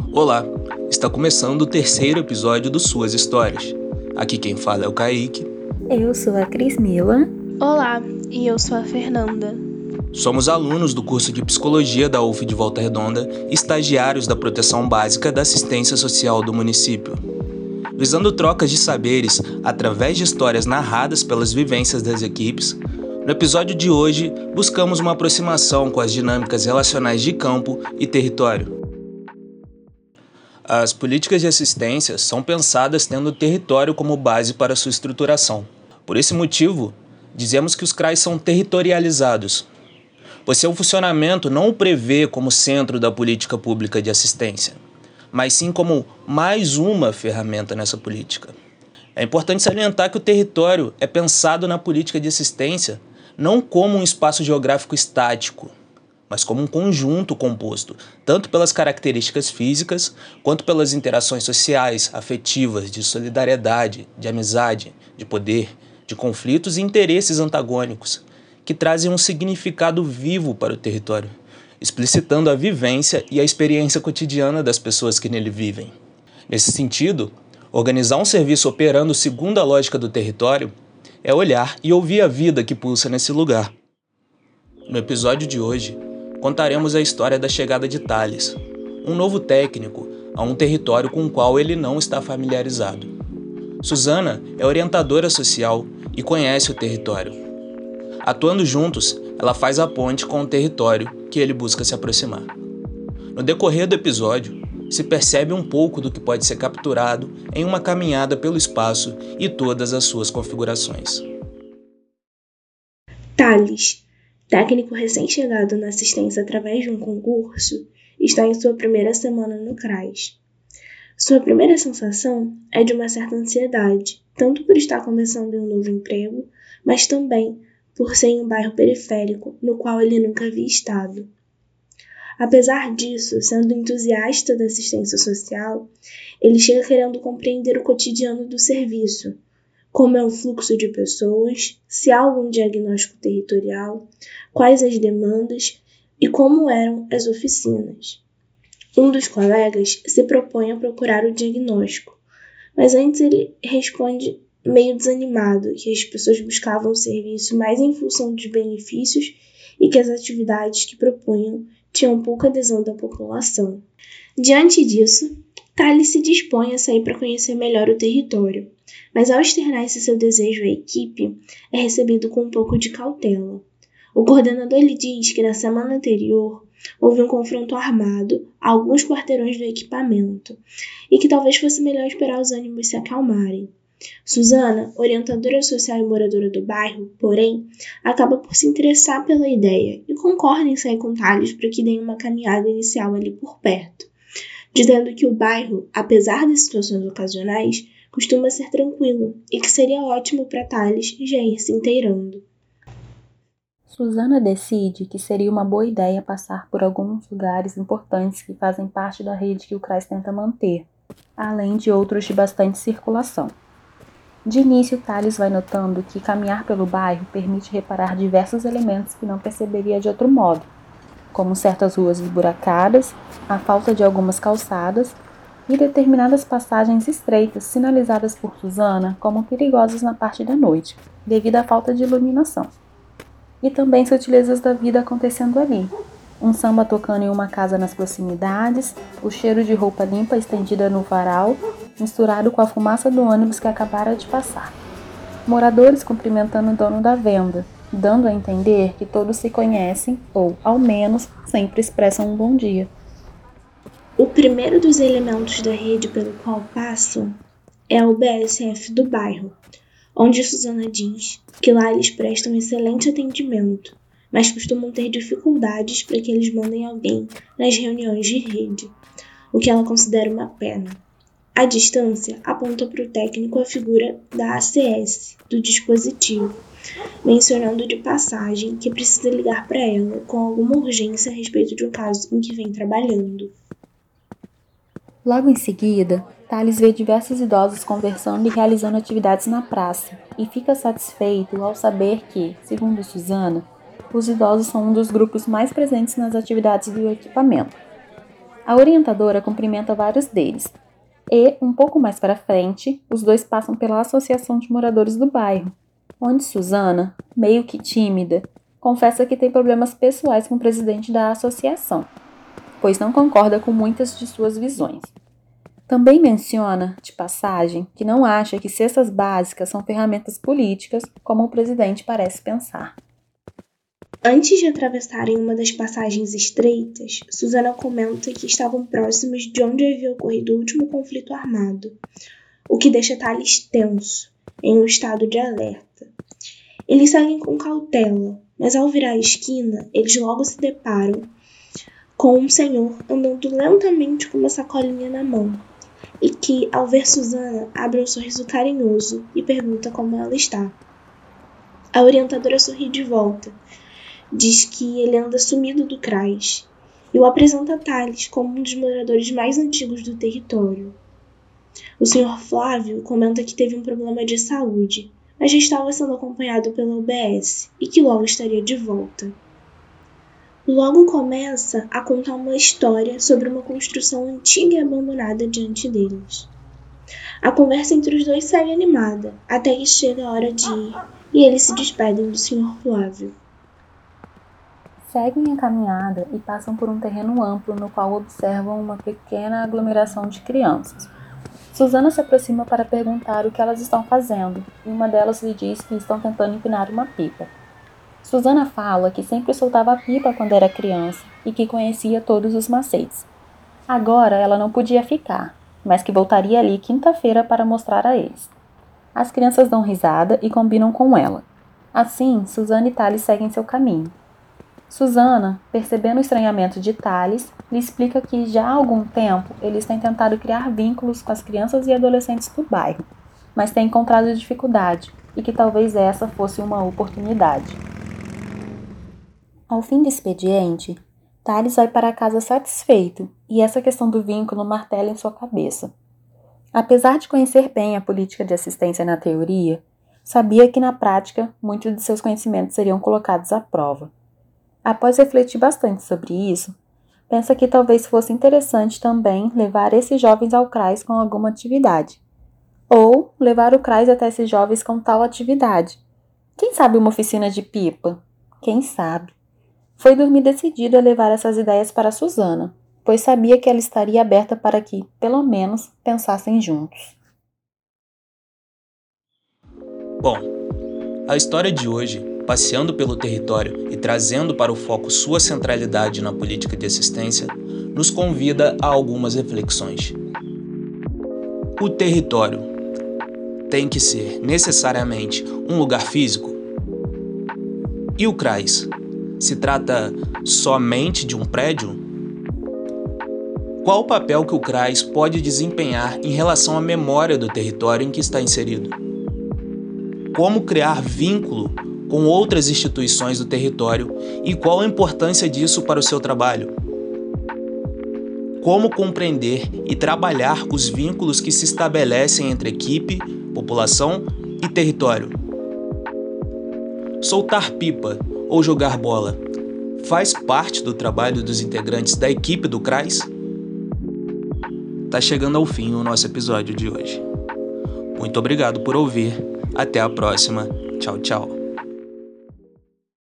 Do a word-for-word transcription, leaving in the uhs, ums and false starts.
Olá, está começando o terceiro episódio do Suas Histórias. Aqui quem fala é o Kaique. Eu sou a Cris Mila. Olá, e eu sou a Fernanda. Somos alunos do curso de Psicologia da U F de Volta Redonda e estagiários da Proteção Básica da Assistência Social do município. Visando trocas de saberes através de histórias narradas pelas vivências das equipes, no episódio de hoje buscamos uma aproximação com as dinâmicas relacionais de campo e território. As políticas de assistência são pensadas tendo o território como base para sua estruturação. Por esse motivo, dizemos que os C R A S são territorializados, pois seu funcionamento não o prevê como centro da política pública de assistência, mas sim como mais uma ferramenta nessa política. É importante salientar que o território é pensado na política de assistência não como um espaço geográfico estático, mas como um conjunto composto, tanto pelas características físicas, quanto pelas interações sociais, afetivas, de solidariedade, de amizade, de poder, de conflitos e interesses antagônicos, que trazem um significado vivo para o território, explicitando a vivência e a experiência cotidiana das pessoas que nele vivem. Nesse sentido, organizar um serviço operando segundo a lógica do território é olhar e ouvir a vida que pulsa nesse lugar. No episódio de hoje, contaremos a história da chegada de Thales, um novo técnico, a um território com o qual ele não está familiarizado. Suzana é orientadora social e conhece o território. Atuando juntos, ela faz a ponte com o território que ele busca se aproximar. No decorrer do episódio, se percebe um pouco do que pode ser capturado em uma caminhada pelo espaço e todas as suas configurações. Thales, técnico recém-chegado na assistência através de um concurso, está em sua primeira semana no C R A S. Sua primeira sensação é de uma certa ansiedade, tanto por estar começando em um novo emprego, mas também por ser em um bairro periférico, no qual ele nunca havia estado. Apesar disso, sendo entusiasta da assistência social, ele chega querendo compreender o cotidiano do serviço, como é o fluxo de pessoas, se há algum diagnóstico territorial, quais as demandas e como eram as oficinas. Um dos colegas se propõe a procurar o diagnóstico, mas antes ele responde meio desanimado que as pessoas buscavam o serviço mais em função dos benefícios e que as atividades que propunham tinham pouca adesão da população. Diante disso, Thales se dispõe a sair para conhecer melhor o território, mas ao externar esse seu desejo à equipe, é recebido com um pouco de cautela. O coordenador lhe diz que na semana anterior houve um confronto armado a alguns quarteirões do equipamento e que talvez fosse melhor esperar os ânimos se acalmarem. Suzana, orientadora social e moradora do bairro, porém, acaba por se interessar pela ideia e concorda em sair com Thales para que deem uma caminhada inicial ali por perto, dizendo que o bairro, apesar das situações ocasionais, costuma ser tranquilo e que seria ótimo para Thales já ir se inteirando. Suzana decide que seria uma boa ideia passar por alguns lugares importantes que fazem parte da rede que o C R A S tenta manter, além de outros de bastante circulação. De início, Thales vai notando que caminhar pelo bairro permite reparar diversos elementos que não perceberia de outro modo, como certas ruas esburacadas, a falta de algumas calçadas e determinadas passagens estreitas sinalizadas por Suzana como perigosas na parte da noite, devido à falta de iluminação. E também sutilezas da vida acontecendo ali. Um samba tocando em uma casa nas proximidades, o cheiro de roupa limpa estendida no varal, misturado com a fumaça do ônibus que acabara de passar. Moradores cumprimentando o dono da venda, dando a entender que todos se conhecem ou, ao menos, sempre expressam um bom dia. O primeiro dos elementos da rede pelo qual passam é o B S F do bairro, onde Suzana diz que lá eles prestam excelente atendimento, mas costumam ter dificuldades para que eles mandem alguém nas reuniões de rede, o que ela considera uma pena. A distância aponta para o técnico a figura da A C S, do dispositivo, mencionando de passagem que precisa ligar para ela com alguma urgência a respeito de um caso em que vem trabalhando. Logo em seguida, Thales vê diversos idosos conversando e realizando atividades na praça e fica satisfeito ao saber que, segundo Suzana, os idosos são um dos grupos mais presentes nas atividades do equipamento. A orientadora cumprimenta vários deles, e, um pouco mais para frente, os dois passam pela Associação de Moradores do Bairro, onde Susana, meio que tímida, confessa que tem problemas pessoais com o presidente da associação, pois não concorda com muitas de suas visões. Também menciona, de passagem, que não acha que cestas básicas são ferramentas políticas, como o presidente parece pensar. Antes de atravessarem uma das passagens estreitas, Susana comenta que estavam próximos de onde havia ocorrido o último conflito armado, o que deixa Thales tenso, em um estado de alerta. Eles seguem com cautela, mas ao virar a esquina, eles logo se deparam com um senhor andando lentamente com uma sacolinha na mão, e que, ao ver Susana, abre um sorriso carinhoso e pergunta como ela está. A orientadora sorri de volta, diz que ele anda sumido do CRAS e o apresenta a Thales como um dos moradores mais antigos do território. O senhor Flávio comenta que teve um problema de saúde, mas já estava sendo acompanhado pela U B S e que logo estaria de volta. Logo começa a contar uma história sobre uma construção antiga e abandonada diante deles. A conversa entre os dois segue animada, até que chega a hora de ir e eles se despedem do senhor Flávio. Seguem a caminhada e passam por um terreno amplo no qual observam uma pequena aglomeração de crianças. Susana se aproxima para perguntar o que elas estão fazendo, e uma delas lhe diz que estão tentando empinar uma pipa. Susana fala que sempre soltava a pipa quando era criança e que conhecia todos os macetes. Agora ela não podia ficar, mas que voltaria ali quinta-feira para mostrar a eles. As crianças dão risada e combinam com ela. Assim, Susana e Thales seguem seu caminho. Susana, percebendo o estranhamento de Thales, lhe explica que já há algum tempo eles têm tentado criar vínculos com as crianças e adolescentes do bairro, mas têm encontrado dificuldade e que talvez essa fosse uma oportunidade. Ao fim do expediente, Thales vai para casa satisfeito e essa questão do vínculo martela em sua cabeça. Apesar de conhecer bem a política de assistência na teoria, sabia que na prática muitos de seus conhecimentos seriam colocados à prova. Após refletir bastante sobre isso, pensa que talvez fosse interessante também levar esses jovens ao CRAS com alguma atividade. Ou levar o CRAS até esses jovens com tal atividade. Quem sabe uma oficina de pipa? Quem sabe? Foi dormir decidida a levar essas ideias para Susana, pois sabia que ela estaria aberta para que, pelo menos, pensassem juntos. Bom, a história de hoje, passeando pelo território e trazendo para o foco sua centralidade na política de assistência, nos convida a algumas reflexões. O território tem que ser necessariamente um lugar físico? E o CRAS? Se trata somente de um prédio? Qual o papel que o CRAS pode desempenhar em relação à memória do território em que está inserido? Como criar vínculo com outras instituições do território e qual a importância disso para o seu trabalho? Como compreender e trabalhar os vínculos que se estabelecem entre equipe, população e território? Soltar pipa ou jogar bola faz parte do trabalho dos integrantes da equipe do CRAS? Tá chegando ao fim o nosso episódio de hoje. Muito obrigado por ouvir. Até a próxima. Tchau, tchau.